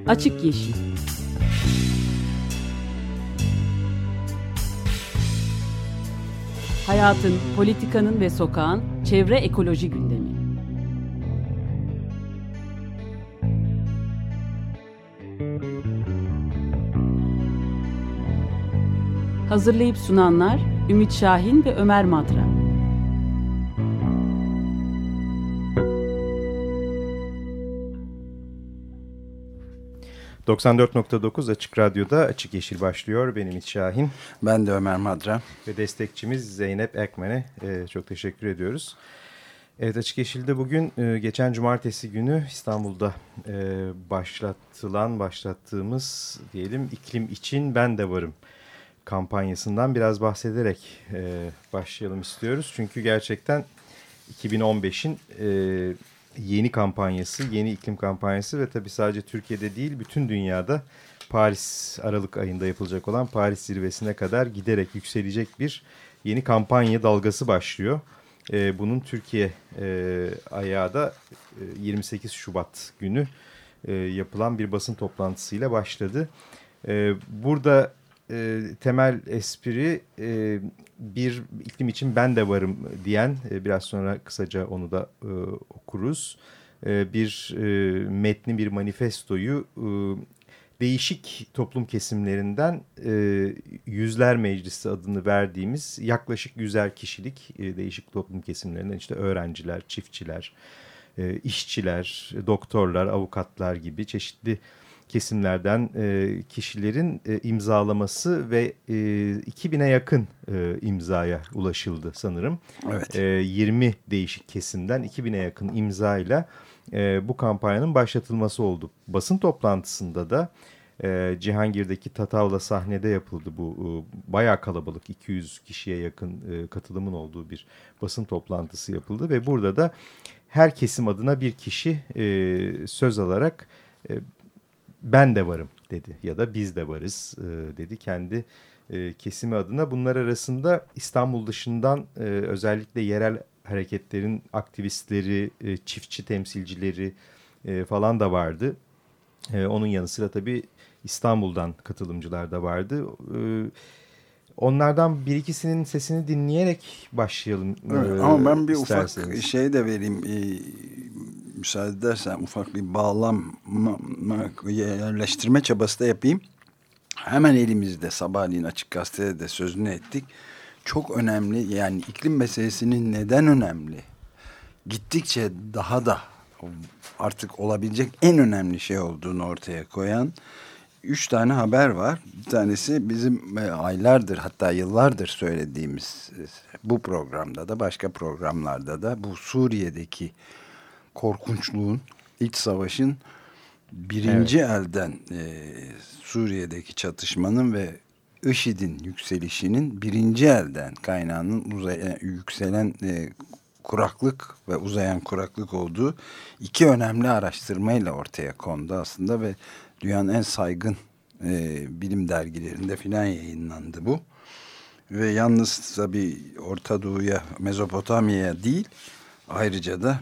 Açık Yeşil. Hayatın, politikanın ve sokağın çevre ekoloji gündemi. Hazırlayıp sunanlar Ümit Şahin ve Ömer Madra. ...94.9 Açık Radyo'da Açık Yeşil başlıyor. Benim Ümit Şahin. Ben de Ömer Madra. Ve destekçimiz Zeynep Ekmen'e çok teşekkür ediyoruz. Evet, Açık Yeşil'de bugün geçen cumartesi günü İstanbul'da başlattığımız diyelim iklim için ben de varım kampanyasından biraz bahsederek başlayalım istiyoruz. Çünkü gerçekten 2015'in yeni kampanyası, yeni iklim kampanyası ve tabii sadece Türkiye'de değil bütün dünyada Paris Aralık ayında yapılacak olan Paris zirvesine kadar giderek yükselecek bir yeni kampanya dalgası başlıyor. Bunun Türkiye ayağı da 28 Şubat günü yapılan bir basın toplantısıyla başladı. Burada temel espri bir iklim için ben de varım diyen, biraz sonra kısaca onu da okuruz. Bir metni, bir manifestoyu değişik toplum kesimlerinden Yüzler Meclisi adını verdiğimiz yaklaşık 100'er kişilik değişik toplum kesimlerinden işte öğrenciler, çiftçiler, işçiler, doktorlar, avukatlar gibi çeşitli kesimlerden kişilerin imzalaması ve 2000'e yakın imzaya ulaşıldı sanırım. Evet. 20 değişik kesimden 2000'e yakın imzayla bu kampanyanın başlatılması oldu. Basın toplantısında da Cihangir'deki Tatavla sahnede yapıldı bu bayağı kalabalık 200 kişiye yakın katılımın olduğu bir basın toplantısı yapıldı ve burada da her kesim adına bir kişi söz alarak ben de varım dedi ya da biz de varız dedi kendi kesimi adına. Bunlar arasında İstanbul dışından özellikle yerel hareketlerin aktivistleri, çiftçi temsilcileri falan da vardı. Onun yanı sıra tabii İstanbul'dan katılımcılar da vardı. Onlardan bir ikisinin sesini dinleyerek başlayalım. Evet, ama ben bir isterseniz. ufak şey de vereyim. Müsaade edersen ufak bir yerleştirme çabası da yapayım. Hemen elimizde sabahleyin Açık Gazete'de de sözünü ettik. Çok önemli, yani iklim meselesinin neden önemli? Gittikçe daha da artık olabilecek en önemli şey olduğunu ortaya koyan 3 tane haber var. Bir tanesi bizim aylardır, hatta yıllardır söylediğimiz, bu programda da başka programlarda da, bu Suriye'deki korkunçluğun, iç savaşın birinci elden Suriye'deki çatışmanın ve IŞİD'in yükselişinin birinci elden kaynağının yükselen kuraklık ve uzayan kuraklık olduğu iki önemli araştırmayla ortaya kondu aslında ve dünyanın en saygın bilim dergilerinde filan yayınlandı bu. Ve yalnız tabii Orta Doğu'ya, Mezopotamya'ya değil, ayrıca da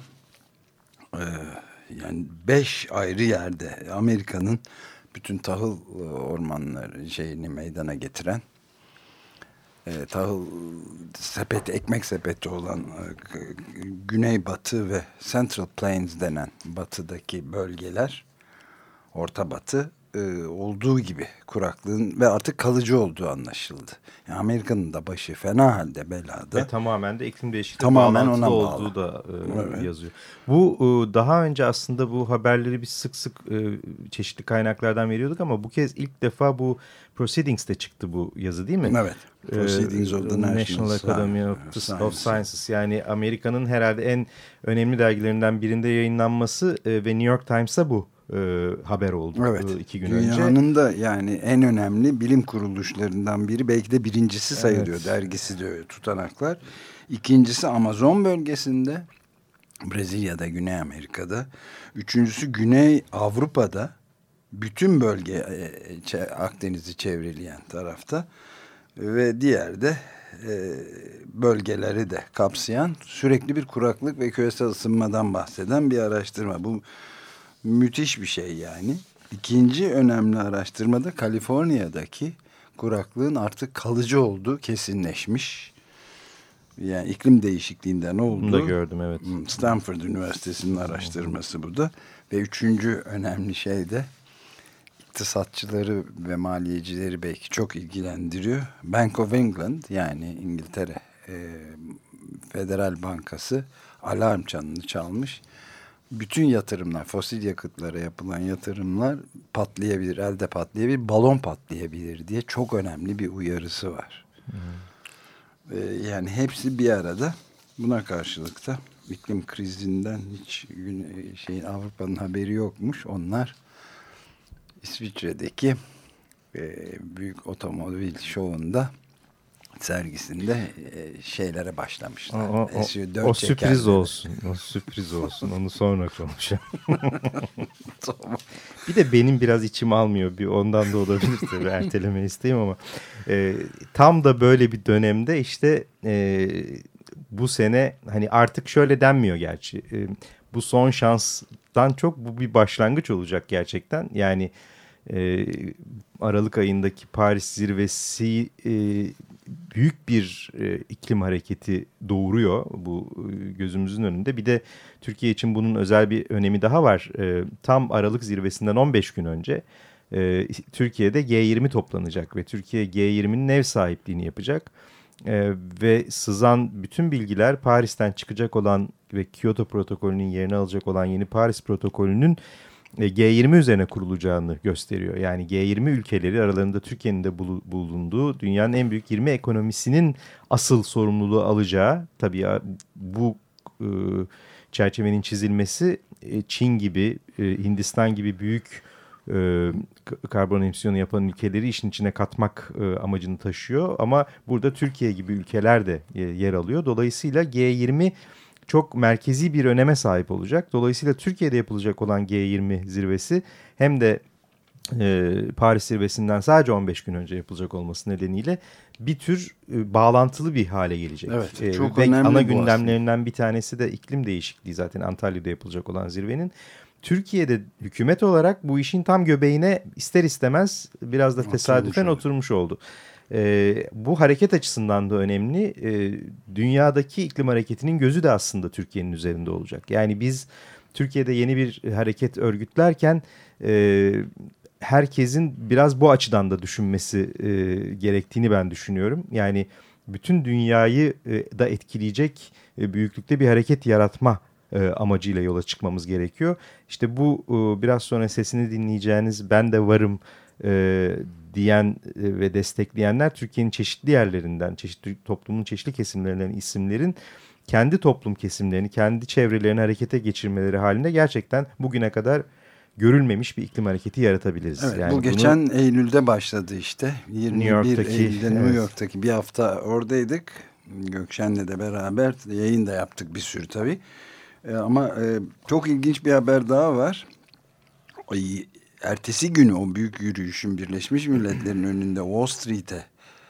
yani 5 ayrı yerde Amerika'nın bütün tahıl ormanları şeyini meydana getiren, tahıl sepeti, ekmek sepeti olan Güneybatı ve Central Plains denen batıdaki bölgeler, Orta Batı olduğu gibi kuraklığın ve artık kalıcı olduğu anlaşıldı. Yani Amerika'nın da başı fena halde, belada. Ve tamamen de iklim değişikliği tamamen bağlantılı ona olduğu da evet. yazıyor. Bu daha önce aslında bu haberleri biz sık sık çeşitli kaynaklardan veriyorduk ama bu kez ilk defa bu Proceedings'te çıktı bu yazı, değil mi? Evet. Proceedings of the National Academy of Sciences, yani Amerika'nın herhalde en önemli dergilerinden birinde yayınlanması ve New York Times'a bu haber oldu. Evet. 2 gün önce. Dünyanın da yani en önemli bilim kuruluşlarından biri, belki de birincisi sayılıyor. Evet. Dergisi diyor, tutanaklar. İkincisi Amazon bölgesinde, Brezilya'da, Güney Amerika'da. Üçüncüsü Güney Avrupa'da, bütün bölge Akdeniz'i çevreleyen tarafta ve diğer de bölgeleri de kapsayan sürekli bir kuraklık ve küresel ısınmadan bahseden bir araştırma. Bu müthiş bir şey yani. İkinci önemli araştırmada Kaliforniya'daki kuraklığın artık kalıcı olduğu kesinleşmiş. Yani iklim değişikliğinden oldu. Bunu da gördüm, evet. Stanford Üniversitesi'nin araştırması bu da. Ve üçüncü önemli şey de iktisatçıları ve maliyecileri belki çok ilgilendiriyor. Bank of England, yani İngiltere Federal Bankası alarm çanını çalmış. Bütün yatırımlar, fosil yakıtlara yapılan yatırımlar patlayabilir, elde patlayabilir, balon patlayabilir diye çok önemli bir uyarısı var. Yani hepsi bir arada. Buna karşılık da iklim krizinden hiç Avrupa'nın haberi yokmuş. Onlar İsviçre'deki büyük otomobil şovunda, sergisinde şeylere başlamışlar. O sürpriz olsun. O sürpriz olsun. Onu sonra konuşalım. Bir de benim biraz içim almıyor. Bir ondan da olabilir tabii. Erteleme isteğim ama tam da böyle bir dönemde işte bu sene hani artık şöyle denmiyor gerçi. Bu son şanstan çok bu bir başlangıç olacak gerçekten. Yani Aralık ayındaki Paris zirvesi büyük bir iklim hareketi doğuruyor bu gözümüzün önünde. Bir de Türkiye için bunun özel bir önemi daha var. Tam Aralık zirvesinden 15 gün önce Türkiye'de G20 toplanacak ve Türkiye G20'nin ev sahipliğini yapacak. Ve sızan bütün bilgiler Paris'ten çıkacak olan ve Kyoto protokolünün yerini alacak olan yeni Paris protokolünün G20 üzerine kurulacağını gösteriyor. Yani G20 ülkeleri, aralarında Türkiye'nin de bulunduğu dünyanın en büyük 20 ekonomisinin asıl sorumluluğu alacağı, tabii bu çerçevenin çizilmesi Çin gibi, Hindistan gibi büyük karbon emisyonu yapan ülkeleri işin içine katmak amacını taşıyor. Ama burada Türkiye gibi ülkeler de yer alıyor. Dolayısıyla G20 çok merkezi bir öneme sahip olacak. Dolayısıyla Türkiye'de yapılacak olan G20 zirvesi hem de Paris zirvesinden sadece 15 gün önce yapılacak olması nedeniyle bir tür bağlantılı bir hale gelecek. Evet, çok ve önemli ana bu gündemlerinden aslında. bir tanesi de iklim değişikliği, zaten Antalya'da yapılacak olan zirvenin. Türkiye'de hükümet olarak bu işin tam göbeğine ister istemez biraz da tesadüfen oturmuş oldu. Bu hareket açısından da önemli. Dünyadaki iklim hareketinin gözü de aslında Türkiye'nin üzerinde olacak. Yani biz Türkiye'de yeni bir hareket örgütlerken herkesin biraz bu açıdan da düşünmesi gerektiğini ben düşünüyorum. Yani bütün dünyayı da etkileyecek büyüklükte bir hareket yaratma amacıyla yola çıkmamız gerekiyor. İşte bu biraz sonra sesini dinleyeceğiniz "Ben de varım" diyen ve destekleyenler Türkiye'nin çeşitli yerlerinden, toplumun çeşitli kesimlerinden isimlerin kendi toplum kesimlerini, kendi çevrelerini harekete geçirmeleri halinde gerçekten bugüne kadar görülmemiş bir iklim hareketi yaratabiliriz. Evet, yani bu geçen Eylül'de başladı işte. 21 Eylül'de New York'taki bir hafta oradaydık. Gökşen'le de beraber yayın da yaptık bir sürü tabii. Ama çok ilginç bir haber daha var. Ertesi günü o büyük yürüyüşün Birleşmiş Milletler'in önünde Wall Street'e,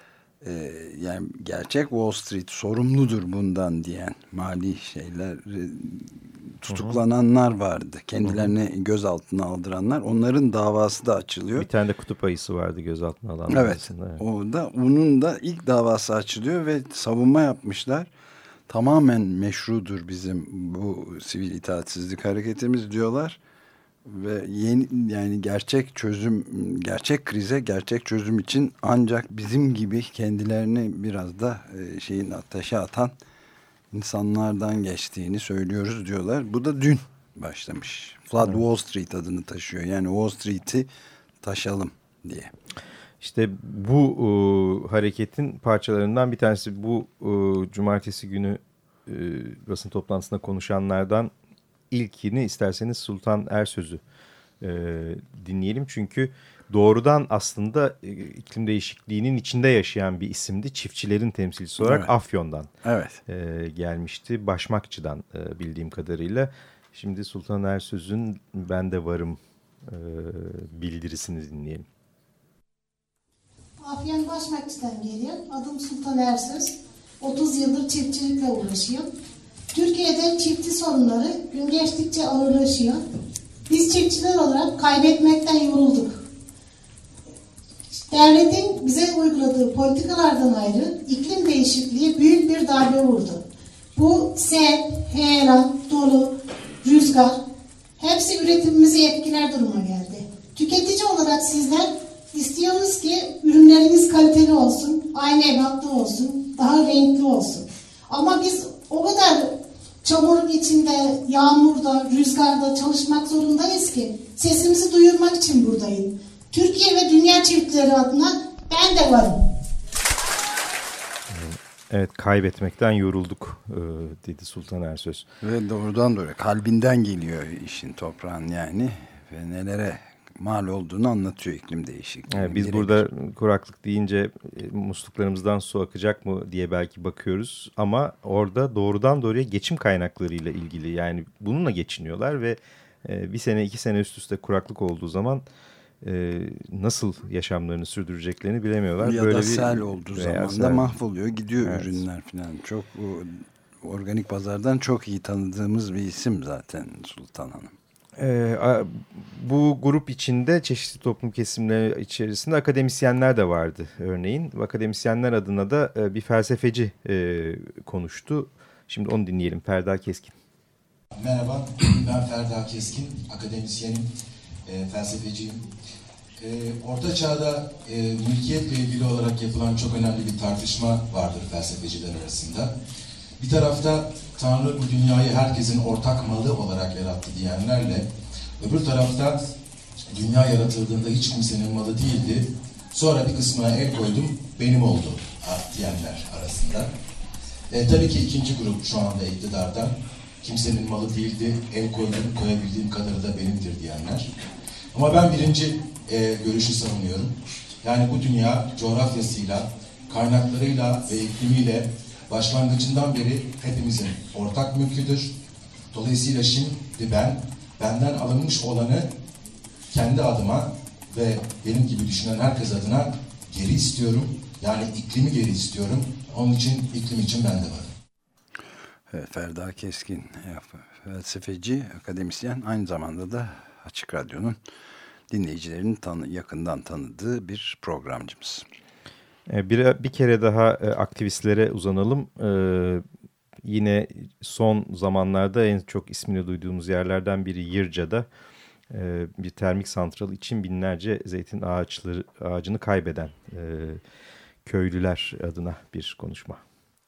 yani gerçek Wall Street sorumludur bundan diyen mali şeyler, tutuklananlar vardı. Kendilerini gözaltına aldıranlar. Onların davası da açılıyor. Bir tane de kutup ayısı vardı gözaltına alanlar arasında. Evet. Onun da ilk davası açılıyor ve savunma yapmışlar. Tamamen meşrudur bizim bu sivil itaatsizlik hareketimiz diyorlar. Ve yani gerçek çözüm, gerçek krize, gerçek çözüm için ancak bizim gibi kendilerini biraz da ateşe atan insanlardan geçtiğini söylüyoruz diyorlar. Bu da dün başlamış. Flood Wall Street adını taşıyor. Yani Wall Street'i taşalım diye. İşte bu hareketin parçalarından bir tanesi bu cumartesi günü basın toplantısında konuşanlardan ilkini isterseniz Sultan Ersöz'ü dinleyelim. Çünkü doğrudan aslında iklim değişikliğinin içinde yaşayan bir isimdi. Çiftçilerin temsilcisi olarak Afyon'dan gelmişti. Başmakçı'dan bildiğim kadarıyla. Şimdi Sultan Ersöz'ün "Ben de varım" bildirisini dinleyelim. Afyon Başmakçı'dan geliyor. Adım Sultan Ersöz. 30 yıldır çiftçilikle uğraşıyorum. Türkiye'de çiftçi sorunları gün geçtikçe ağırlaşıyor. Biz çiftçiler olarak kaybetmekten yorulduk. Devletin bize uyguladığı politikalardan ayrı iklim değişikliği büyük bir darbe vurdu. Bu sel, heyelan, dolu, rüzgar hepsi üretimimizi etkiler duruma geldi. Tüketici olarak sizler istiyorsunuz ki ürünleriniz kaliteli olsun, aynı ebatlı olsun, daha renkli olsun. Ama biz o kadar çamurun içinde, yağmurda, rüzgarda çalışmak zorundayız ki sesimizi duyurmak için buradayım. Türkiye ve dünya çiftçileri adına ben de varım. Evet, kaybetmekten yorulduk dedi Sultan Ersöz. Ve doğrudan doğruya kalbinden geliyor işin, toprağın yani. Ve nelere mal olduğunu anlatıyor iklim değişikliği. Evet, biz burada kuraklık deyince musluklarımızdan su akacak mı diye belki bakıyoruz. Ama orada doğrudan doğruya geçim kaynaklarıyla ilgili, yani bununla geçiniyorlar ve bir sene 2 sene üst üste kuraklık olduğu zaman nasıl yaşamlarını sürdüreceklerini bilemiyorlar. Ya böyle da sel olduğu zaman da mahvoluyor, gidiyor, evet, ürünler falan. Çok organik pazardan çok iyi tanıdığımız bir isim zaten Sultan Hanım. Bu grup içinde çeşitli toplum kesimleri içerisinde akademisyenler de vardı örneğin. Akademisyenler adına da bir felsefeci konuştu. Şimdi onu dinleyelim. Ferda Keskin. Merhaba, ben Ferda Keskin, akademisyenim, felsefeciyim. Orta Çağ'da mülkiyetle ilgili olarak yapılan çok önemli bir tartışma vardır felsefeciler arasında. Bir tarafta Tanrı bu dünyayı herkesin ortak malı olarak yarattı diyenlerle, öbür tarafta dünya yaratıldığında hiç kimsenin malı değildi, sonra bir kısmına el koydum, benim oldu diyenler arasında. Tabii ki ikinci grup şu anda iktidarda, kimsenin malı değildi, el koydum, koyabildiğim kadarı da benimdir diyenler. Ama ben birinci görüşü savunuyorum. Yani bu dünya coğrafyasıyla, kaynaklarıyla ve iklimiyle başlangıcından beri hepimizin ortak mülküdür. Dolayısıyla şimdi benden alınmış olanı kendi adıma ve benim gibi düşünen herkes adına geri istiyorum. Yani iklimi geri istiyorum. Onun için iklim için ben de varım. Evet, Ferda Keskin, felsefeci, akademisyen, aynı zamanda da Açık Radyo'nun dinleyicilerin yakından tanıdığı bir programcımız. Bir kere daha aktivistlere uzanalım. Yine son zamanlarda en çok ismini duyduğumuz yerlerden biri Yırca'da bir termik santral için binlerce zeytin ağacını kaybeden köylüler adına bir konuşma.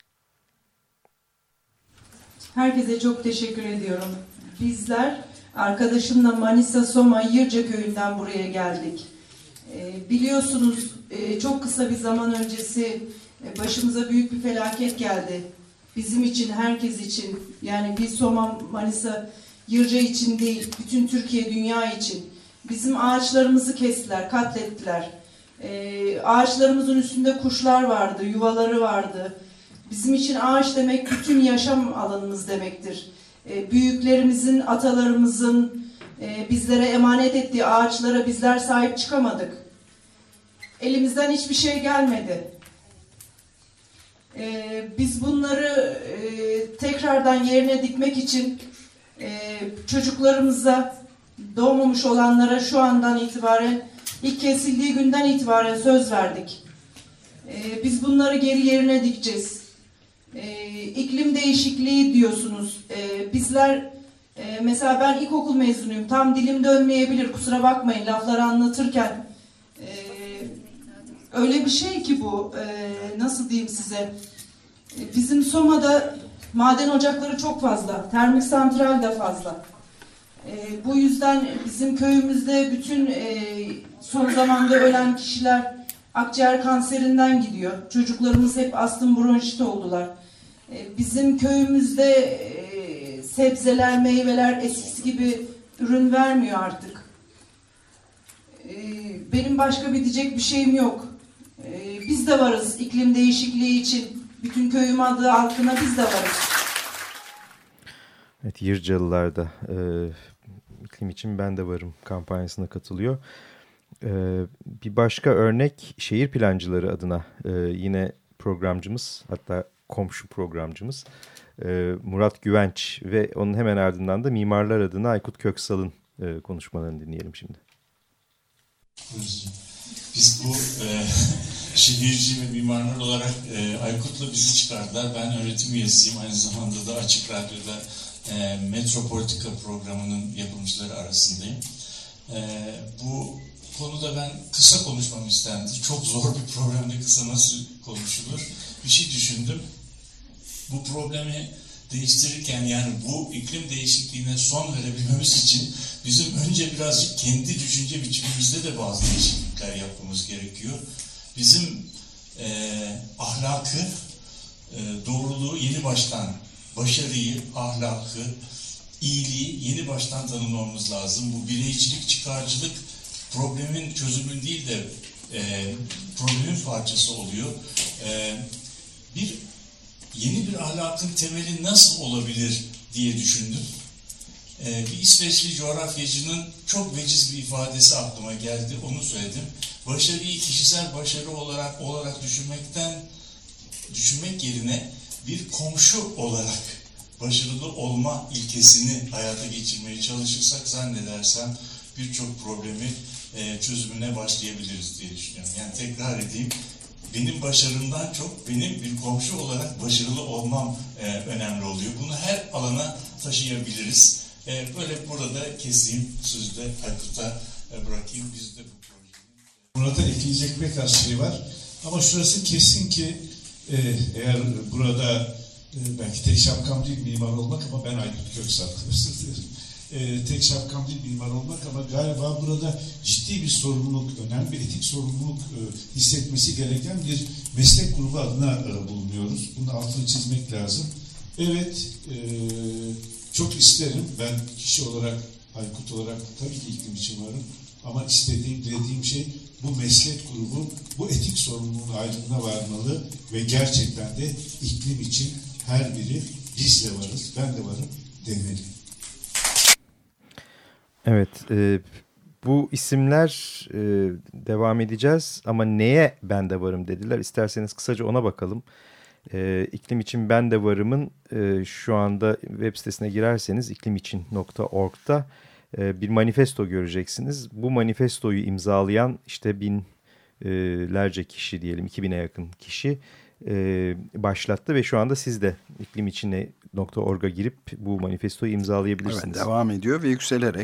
Herkese çok teşekkür ediyorum. Bizler arkadaşımla Manisa Soma Yırca köyünden buraya geldik. Biliyorsunuz çok kısa bir zaman öncesi başımıza büyük bir felaket geldi. Bizim için, herkes için, yani bir Soma, Manisa, Yırca için değil, bütün Türkiye, dünya için. Bizim ağaçlarımızı kestiler, katlettiler. Ağaçlarımızın üstünde kuşlar vardı, yuvaları vardı. Bizim için ağaç demek bütün yaşam alanımız demektir. Büyüklerimizin, atalarımızın bizlere emanet ettiği ağaçlara bizler sahip çıkamadık. Elimizden hiçbir şey gelmedi. Biz bunları tekrardan yerine dikmek için çocuklarımıza, doğmamış olanlara şu andan itibaren, ilk kesildiği günden itibaren söz verdik. Biz bunları geri yerine dikeceğiz. İklim değişikliği diyorsunuz. Bizler, mesela ben ilkokul mezunuyum. Tam dilim dönmeyebilir, kusura bakmayın lafları anlatırken. Öyle bir şey ki bu, nasıl diyeyim size. Bizim Soma'da maden ocakları çok fazla, termik santral de fazla. Bu yüzden bizim köyümüzde bütün son zamanda ölen kişiler akciğer kanserinden gidiyor. Çocuklarımız hep astım bronşit oldular. Bizim köyümüzde sebzeler, meyveler eskisi gibi ürün vermiyor artık. Benim başka bir diyecek bir şeyim yok. Biz de varız iklim değişikliği için. Bütün köyüm adı halkına biz de varız. Evet, Yırcalılar da iklim için ben de varım kampanyasına katılıyor. Bir başka örnek şehir plancıları adına yine programcımız, hatta komşu programcımız Murat Güvenç ve onun hemen ardından da mimarlar adına Aykut Köksal'ın konuşmalarını dinleyelim şimdi. Biz bu şehirci ve mimarlar olarak Aykut'la bizi çıkardılar. Ben öğretim üyesiyim. Aynı zamanda da Açık Radyo'da Metropolitika programının yapımcıları arasındayım. Bu konuda ben kısa konuşmam istendi. Çok zor bir problemde kısa nasıl konuşulur? Bir şey düşündüm. Bu problemi değiştirirken, yani bu iklim değişikliğine son verebilmemiz için bizim önce birazcık kendi düşünce biçimimizde de bazı değişiklikler yapmamız gerekiyor. Bizim ahlakı, doğruluğu yeni baştan, başarıyı, ahlakı, iyiliği yeni baştan tanımlamamız lazım. Bu bireycilik, çıkarcılık problemin çözümü değil de problemin parçası oluyor. Yeni bir ahlakın temeli nasıl olabilir diye düşündüm. Bir İsveçli coğrafyacının çok veciz bir ifadesi aklıma geldi, onu söyledim. Başarıyı kişisel başarı olarak düşünmek yerine bir komşu olarak başarılı olma ilkesini hayata geçirmeye çalışırsak zannedersem birçok problemi çözümüne başlayabiliriz diye düşünüyorum. Yani tekrar edeyim, benim başarımdan çok benim bir komşu olarak başarılı olmam önemli oluyor. Bunu her alana taşıyabiliriz. Böyle burada keseyim, sözü de Aykut'a bırakayım. Biz de bu projeyi... Burada ekleyecek pek az şey var. Ama şurası kesin ki eğer burada belki tek şapkam değil mimar olmak, ama ben Aykut Köksal, özür dilerim. Tek şapkam değil mimar olmak, ama galiba burada ciddi bir sorumluluk, önemli bir etik sorumluluk hissetmesi gereken bir meslek grubu adına bulunuyoruz. Bunun altını çizmek lazım. Evet, çok isterim, ben kişi olarak, Aykut olarak tabii ki iklim için varım, ama dediğim şey bu meslek grubu bu etik sorumluluğun ayrımına varmalı ve gerçekten de iklim için her biri biz de varız, ben de varım demeli. Evet, bu isimler devam edeceğiz ama neye ben de varım dediler. İsterseniz kısaca ona bakalım. İklim için ben de varımın şu anda web sitesine girerseniz iklimicin.org'da bir manifesto göreceksiniz. Bu manifestoyu imzalayan işte binlerce kişi, diyelim 2000'e yakın kişi başlattı ve şu anda siz de iklimicin.org'a girip bu manifestoyu imzalayabilirsiniz. Evet, devam ediyor ve yükselerek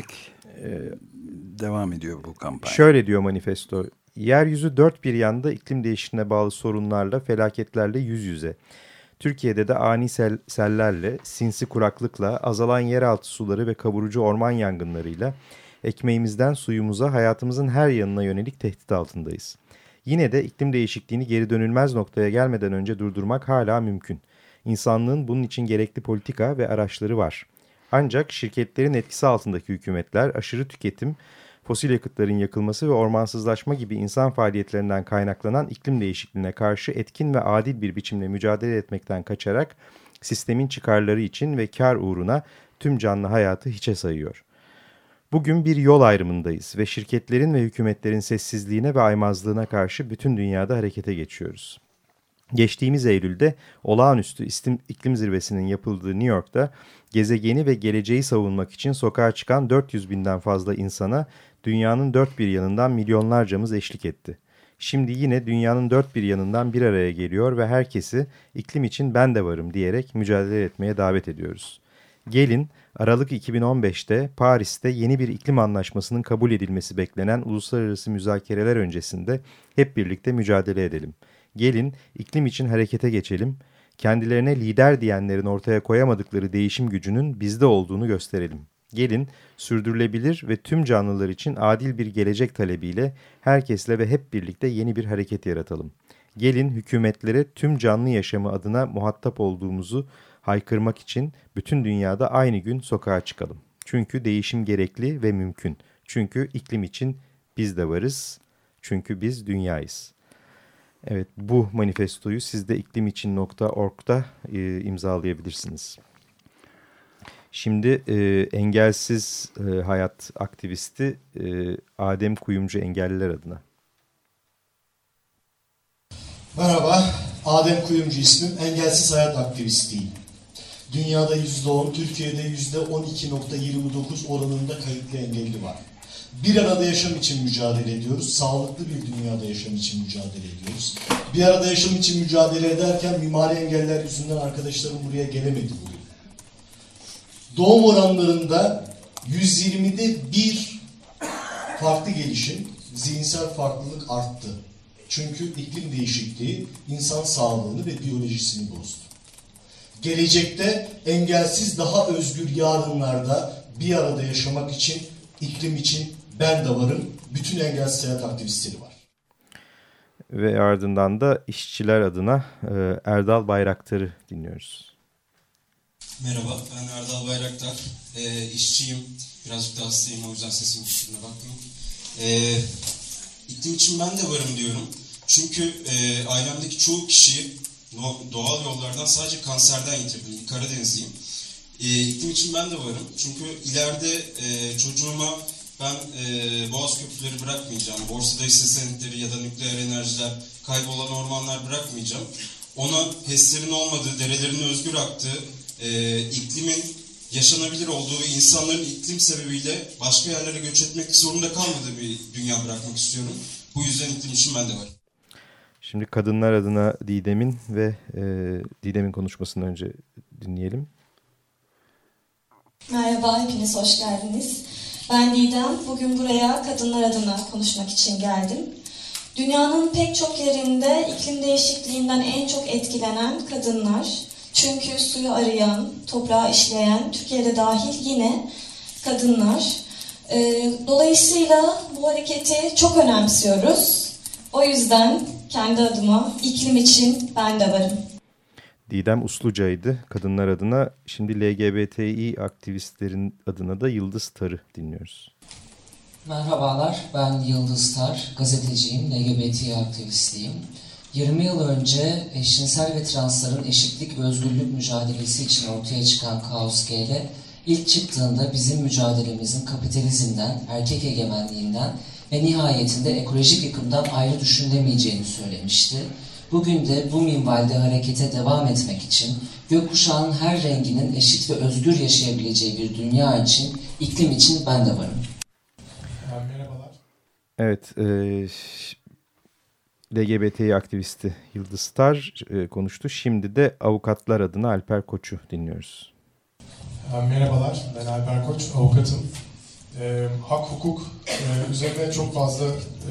devam ediyor bu kampanya. Şöyle diyor manifesto: yeryüzü dört bir yanda iklim değişikliğine bağlı sorunlarla, felaketlerle yüz yüze. Türkiye'de de ani sellerle, sinsi kuraklıkla, azalan yeraltı suları ve kavurucu orman yangınlarıyla ekmeğimizden suyumuza, hayatımızın her yanına yönelik tehdit altındayız. Yine de iklim değişikliğini geri dönülmez noktaya gelmeden önce durdurmak hala mümkün. İnsanlığın bunun için gerekli politika ve araçları var. Ancak şirketlerin etkisi altındaki hükümetler aşırı tüketim, fosil yakıtların yakılması ve ormansızlaşma gibi insan faaliyetlerinden kaynaklanan iklim değişikliğine karşı etkin ve adil bir biçimde mücadele etmekten kaçarak sistemin çıkarları için ve kar uğruna tüm canlı hayatı hiçe sayıyor. Bugün bir yol ayrımındayız ve şirketlerin ve hükümetlerin sessizliğine ve aymazlığına karşı bütün dünyada harekete geçiyoruz. Geçtiğimiz Eylül'de olağanüstü iklim zirvesinin yapıldığı New York'ta gezegeni ve geleceği savunmak için sokağa çıkan 400 binden fazla insana dünyanın dört bir yanından milyonlarcamız eşlik etti. Şimdi yine dünyanın dört bir yanından bir araya geliyor ve herkesi iklim için ben de varım diyerek mücadele etmeye davet ediyoruz. Gelin Aralık 2015'te Paris'te yeni bir iklim anlaşmasının kabul edilmesi beklenen uluslararası müzakereler öncesinde hep birlikte mücadele edelim. Gelin iklim için harekete geçelim, kendilerine lider diyenlerin ortaya koyamadıkları değişim gücünün bizde olduğunu gösterelim. Gelin sürdürülebilir ve tüm canlılar için adil bir gelecek talebiyle herkesle ve hep birlikte yeni bir hareket yaratalım. Gelin hükümetlere tüm canlı yaşamı adına muhatap olduğumuzu haykırmak için bütün dünyada aynı gün sokağa çıkalım. Çünkü değişim gerekli ve mümkün. Çünkü iklim için biz de varız. Çünkü biz dünyayız. Evet, bu manifestoyu siz de iklimicin.org'da imzalayabilirsiniz. Şimdi engelsiz hayat aktivisti Adem Kuyumcu engelliler adına. Merhaba, Adem Kuyumcu ismim, engelsiz hayat aktivistiyim. Dünyada %10, Türkiye'de %12.29 oranında kayıtlı engelli var. Bir arada yaşam için mücadele ediyoruz. Sağlıklı bir dünyada yaşam için mücadele ediyoruz. Bir arada yaşam için mücadele ederken mimari engeller yüzünden arkadaşlarım buraya gelemedi bugün. Doğum oranlarında 120'de 1 farklı gelişim, zihinsel farklılık arttı. Çünkü iklim değişikliği insan sağlığını ve biyolojisini bozdu. Gelecekte engelsiz daha özgür yarınlarda bir arada yaşamak için, iklim için ben de varım. Bütün engelsiz hayat aktivistleri var. Ve ardından da işçiler adına Erdal Bayraktar'ı dinliyoruz. Merhaba, ben Erdal Bayraktar. İşçiyim. Birazcık da hastayım, o yüzden sesim kusuruna bakmayın. İklim için ben de varım diyorum. Çünkü ailemdeki çoğu kişiyi doğal yollardan sadece kanserden yitirdim. Karadenizliyim. İklim için ben de varım. Çünkü ileride çocuğuma ben boğaz köprüleri bırakmayacağım. Borsada hisse senetleri ya da nükleer enerjiler, kaybolan ormanlar bırakmayacağım. Ona HES'lerin olmadığı, derelerin özgür aktığı, iklimin yaşanabilir olduğu ve insanların iklim sebebiyle başka yerlere göç etmek zorunda kalmadığı bir dünya bırakmak istiyorum. Bu yüzden iklim için ben de varım. Şimdi kadınlar adına Didem'in ve Didem'in konuşmasından önce dinleyelim. Merhaba, hepiniz hoş geldiniz. Ben Didem, bugün buraya kadınlar adına konuşmak için geldim. Dünyanın pek çok yerinde iklim değişikliğinden en çok etkilenen kadınlar. Çünkü suyu arayan, toprağı işleyen, Türkiye'de dahil yine kadınlar. Dolayısıyla bu hareketi çok önemsiyoruz. O yüzden kendi adıma iklim için ben de varım. Didem Usluca'ydı kadınlar adına. Şimdi LGBTİ aktivistlerin adına da Yıldız Tar'ı dinliyoruz. Merhabalar, ben Yıldız Tar, gazeteciyim, LGBTİ aktivistiyim. 20 yıl önce eşcinsel ve transların eşitlik ve özgürlük mücadelesi için ortaya çıkan Kaos GL, ilk çıktığında bizim mücadelemizin kapitalizmden, erkek egemenliğinden ve nihayetinde ekolojik yıkımdan ayrı düşünülemeyeceğini söylemişti. Bugün de bu minvalde harekete devam etmek için, gökkuşağının her renginin eşit ve özgür yaşayabileceği bir dünya için, iklim için ben de varım. Merhabalar. Evet, LGBTİ aktivisti Yıldız Tar konuştu. Şimdi de avukatlar adına Alper Koç'u dinliyoruz. Merhabalar, ben Alper Koç, avukatım. Hak, hukuk üzerine çok fazla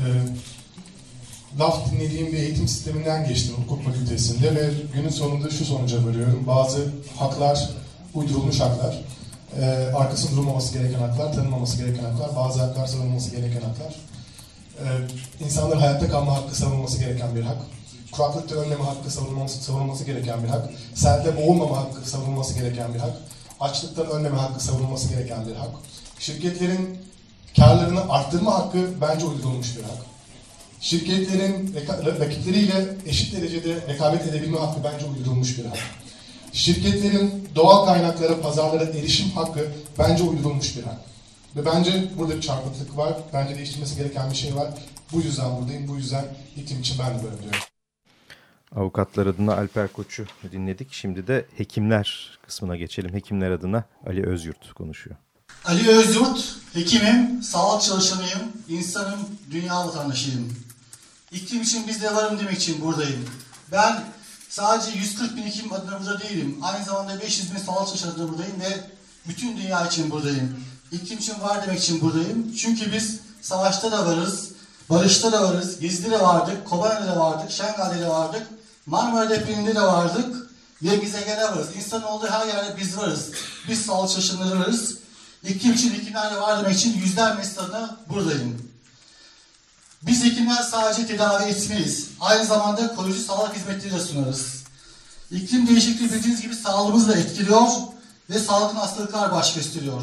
laf dinlediğim bir eğitim sisteminden geçtim hukuk fakültesinde ve günün sonunda şu sonuca varıyorum. Bazı haklar, uydurulmuş haklar, arkasında durulmaması gereken haklar, tanınmaması gereken haklar, bazı haklar savunulması gereken haklar. İnsanların hayatta kalma hakkı savunulması gereken bir hak. Kuraklıkta önleme hakkı savunulması gereken bir hak. Selde boğulmama hakkı savunulması gereken bir hak. Açlıktan önleme hakkı savunulması gereken bir hak. Şirketlerin karlarını arttırma hakkı bence uydurulmuş bir hak. Şirketlerin rakipleriyle eşit derecede rekabet edebilme hakkı bence uydurulmuş bir hak. Şirketlerin doğal kaynaklara, pazarlara erişim hakkı bence uydurulmuş bir hak. Ve bence burada bir çarpıklık var. Bence değiştirilmesi gereken bir şey var. Bu yüzden buradayım. Bu yüzden iklim için ben de böyle diyorum. Avukatlar adına Alper Koç'u dinledik. Şimdi de hekimler kısmına geçelim. Hekimler adına Ali Özyurt konuşuyor. Ali Özyurt, hekimim, sağlık çalışanıyım, insanım, dünya vatandaşıyım. İklim için biz de varım demek için buradayım. Ben sadece 140 bin hekim adına burada değilim. Aynı zamanda 500 bin sağlık çalışanı adına buradayım ve bütün dünya için buradayım. İklim için var demek için buradayım. Çünkü biz savaşta da varız, barışta da varız, Gezi'de de vardık, Kobani'de de vardık, Şengal'de de vardık, Marmara depreminde de vardık ve bize gene varız. İnsan olduğu her yerde biz varız. Biz sağlık çalışanları varız. İklim için, hekimlerle var demek için yüzler mesleği adına buradayım. Biz hekimler sadece tedavi etmeyiz. Aynı zamanda koruyucu sağlık hizmetleri de sunarız. İklim değişikliği bildiğiniz gibi sağlığımızı da etkiliyor ve salgın hastalıklar baş gösteriyor.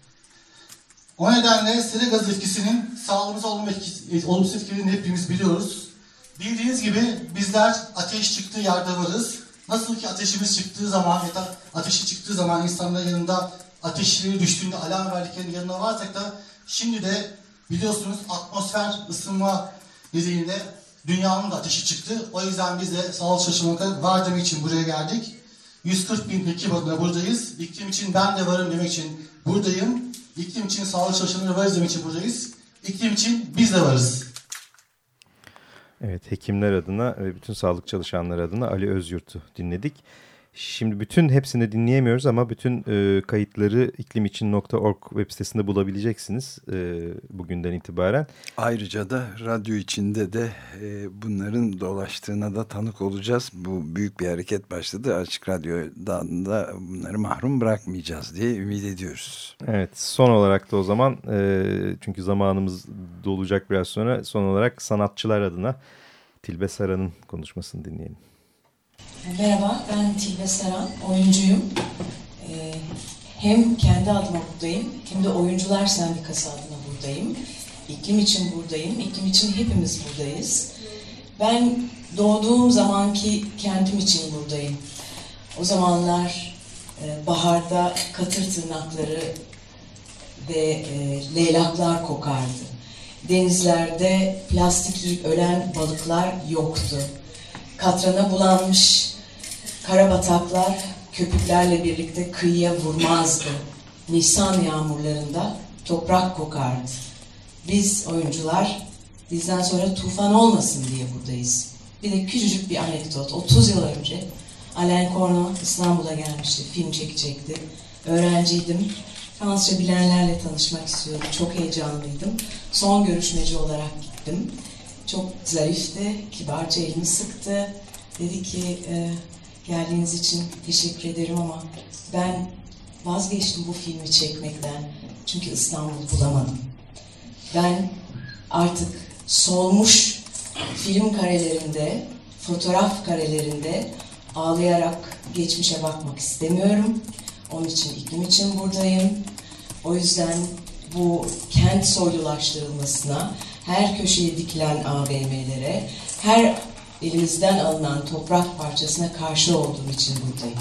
O nedenle sera gazı etkisinin sağlığımıza olumsuz etkilerini hepimiz biliyoruz. Bildiğiniz gibi bizler ateş çıktığı yerde varız. Nasıl ki ateşimiz çıktığı zaman ya da ateşi çıktığı zaman insanların yanında ateşleri düştüğünde alarm verdiklerinin yanına varsak da şimdi de biliyorsunuz atmosfer ısınma nedeniyle dünyanın da ateşi çıktı. O yüzden biz de sağlık çalışmaları var demek için buraya geldik. 140 bin hekim adına buradayız. İklim için ben de varım demek için buradayım. İklim için sağlık çalışanları varız demek için buradayız. İklim için biz de varız. Evet, hekimler adına ve bütün sağlık çalışanları adına Ali Özyurt'u dinledik. Şimdi bütün hepsini dinleyemiyoruz ama bütün kayıtları iklimicin.org web sitesinde bulabileceksiniz bugünden itibaren. Ayrıca da radyo içinde de bunların dolaştığına da tanık olacağız. Bu büyük bir hareket başladı. Açık Radyo'dan da bunları mahrum bırakmayacağız diye ümit ediyoruz. Evet, son olarak da o zaman çünkü zamanımız dolacak biraz sonra, son olarak sanatçılar adına Tilbe Saran'ın konuşmasını dinleyelim. Merhaba, ben Tilbe Saran, oyuncuyum. Hem kendi adıma buradayım, hem de Oyuncular Sendikası adına buradayım. İklim için buradayım, iklim için hepimiz buradayız. Ben doğduğum zamanki kentim için buradayım. O zamanlar baharda katır tırnakları ve leylaklar kokardı. Denizlerde plastik yiyip ölen balıklar yoktu. Katrana bulanmış karabataklar köpüklerle birlikte kıyıya vurmazdı. Nisan yağmurlarında toprak kokardı. Biz oyuncular bizden sonra tufan olmasın diye buradayız. Bir de küçücük bir anekdot. 30 yıl önce Alain Corneau İstanbul'a gelmişti. Film çekecekti. Öğrenciydim. Fransızca bilenlerle tanışmak istiyordum. Çok heyecanlıydım. Son görüşmeci olarak gittim. Çok zarifti. Kibarca elimi sıktı. Dedi ki geldiğiniz için teşekkür ederim ama ben vazgeçtim bu filmi çekmekten. Çünkü İstanbul bulamadım. Ben artık solmuş film karelerinde, fotoğraf karelerinde ağlayarak geçmişe bakmak istemiyorum. Onun için iklim için buradayım. O yüzden bu kent soylulaştırılmasına, her köşeye dikilen AVM'lere, her elimizden alınan toprak parçasına karşı olduğum için buradayım.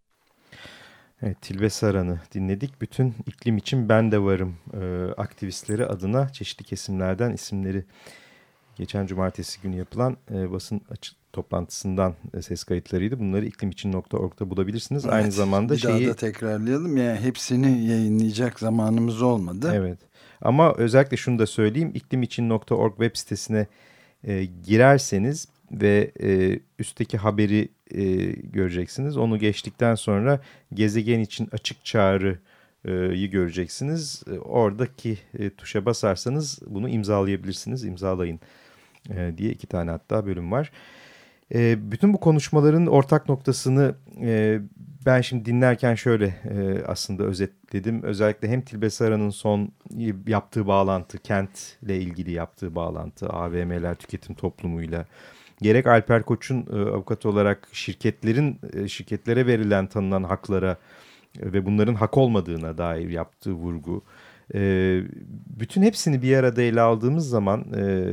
Evet, Tilbe Saran'ı dinledik. Bütün iklim için ben de varım aktivistleri adına çeşitli kesimlerden isimleri geçen cumartesi günü yapılan basın açık toplantısından ses kayıtlarıydı. Bunları iklimicin.org'da bulabilirsiniz. Evet, aynı zamanda daha da tekrarlayalım. Yani hepsini yayınlayacak zamanımız olmadı. Evet. Ama özellikle şunu da söyleyeyim. iklimicin.org web sitesine girerseniz ve üstteki haberi göreceksiniz. Onu geçtikten sonra gezegen için açık çağrıyı göreceksiniz. Oradaki tuşa basarsanız bunu imzalayabilirsiniz. İmzalayın diye 2 tane hatta bölüm var. Bütün bu konuşmaların ortak noktasını ben şimdi dinlerken şöyle aslında özetledim. Özellikle hem Tilbe Saran'ın son yaptığı bağlantı, kentle ilgili yaptığı bağlantı, AVM'ler, tüketim toplumuyla, gerek Alper Koç'un avukat olarak şirketlere verilen tanınan haklara ve bunların hak olmadığına dair yaptığı vurgu. Bütün hepsini bir arada ele aldığımız zaman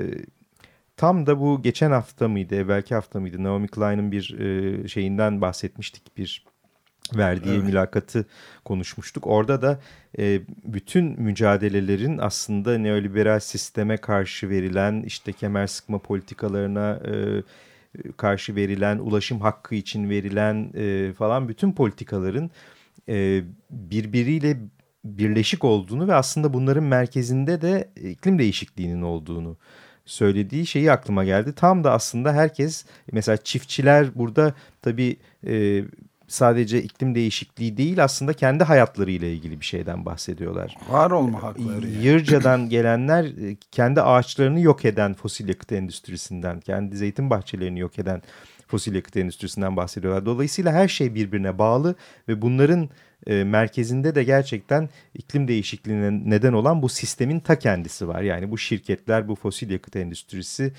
tam da bu geçen hafta mıydı, evvelki hafta mıydı? Naomi Klein'in bir şeyinden bahsetmiştik, bir verdiği mülakatı konuşmuştuk. Orada da bütün mücadelelerin aslında neoliberal sisteme karşı verilen, işte kemer sıkma politikalarına karşı verilen, ulaşım hakkı için verilen falan bütün politikaların birbiriyle birleşik olduğunu ve aslında bunların merkezinde de iklim değişikliğinin olduğunu söylediği şeyi aklıma geldi. Tam da aslında herkes, mesela çiftçiler burada tabii sadece iklim değişikliği değil, aslında kendi hayatlarıyla ilgili bir şeyden bahsediyorlar. Var olma hakları. Yırca'dan gelenler kendi ağaçlarını yok eden fosil yakıt endüstrisinden, kendi zeytin bahçelerini yok eden fosil yakıt endüstrisinden bahsediyorlar. Dolayısıyla her şey birbirine bağlı ve bunların merkezinde de gerçekten iklim değişikliğine neden olan bu sistemin ta kendisi var. Yani bu şirketler, bu fosil yakıt endüstrisi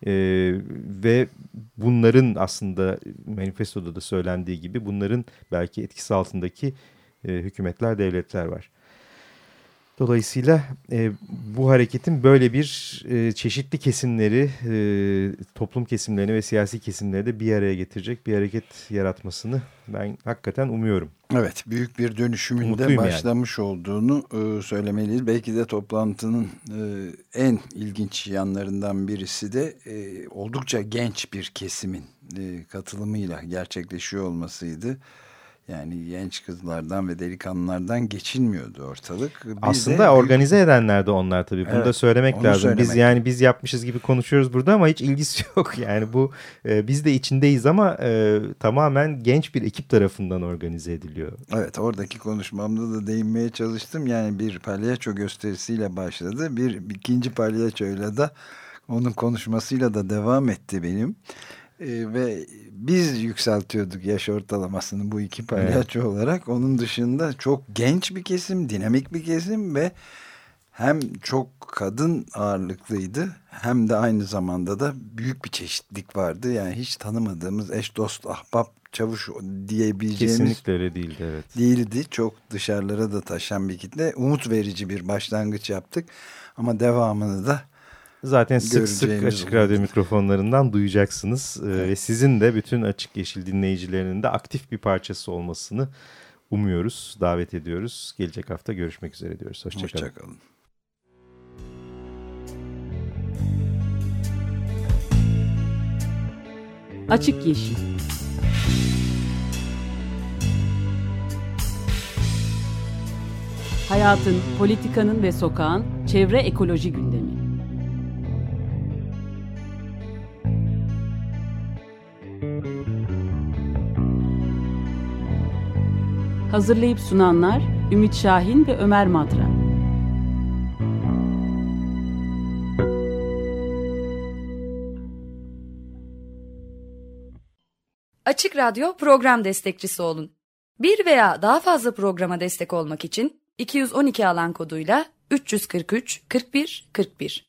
ve bunların aslında manifestoda da söylendiği gibi bunların belki etkisi altındaki hükümetler, devletler var. Dolayısıyla bu hareketin böyle bir çeşitli kesimleri, toplum kesimlerini ve siyasi kesimleri de bir araya getirecek bir hareket yaratmasını ben hakikaten umuyorum. Evet, büyük bir dönüşümün de başlamış olduğunu söylemeliyiz. Belki de toplantının en ilginç yanlarından birisi de oldukça genç bir kesimin katılımıyla gerçekleşiyor olmasıydı. Yani genç kızlardan ve delikanlılardan geçilmiyordu ortalık. Aslında organize edenler de onlar tabii. Bunu evet, da söylemek lazım. Biz yapmışız gibi konuşuyoruz burada ama hiç ilgisi yok. Yani bu biz de içindeyiz ama tamamen genç bir ekip tarafından organize ediliyor. Evet, oradaki konuşmamda da değinmeye çalıştım. Yani bir palyaço gösterisiyle başladı. İkinci palyaçoyla da onun konuşmasıyla da devam etti benim. Ve biz yükseltiyorduk yaş ortalamasını bu iki palyaço olarak. Onun dışında çok genç bir kesim, dinamik bir kesim ve hem çok kadın ağırlıklıydı hem de aynı zamanda da büyük bir çeşitlilik vardı. Yani hiç tanımadığımız eş, dost, ahbap, çavuş diyebileceğimiz... Kesinlikle öyle değildi, evet. Değildi. Çok dışarılara da taşan bir kitle. Umut verici bir başlangıç yaptık ama devamını da zaten sık sık Açık Radyo mikrofonlarından duyacaksınız. Evet. Ve sizin de bütün Açık Yeşil dinleyicilerinin de aktif bir parçası olmasını umuyoruz, davet ediyoruz. Gelecek hafta görüşmek üzere diyoruz. Hoşçakalın. Açık Yeşil. Hayatın, politikanın ve sokağın çevre ekoloji gündemi. Hazırlayıp sunanlar Ümit Şahin ve Ömer Madra. Açık Radyo program destekçisi olun. Bir veya daha fazla programa destek olmak için 212 alan koduyla 343 41 41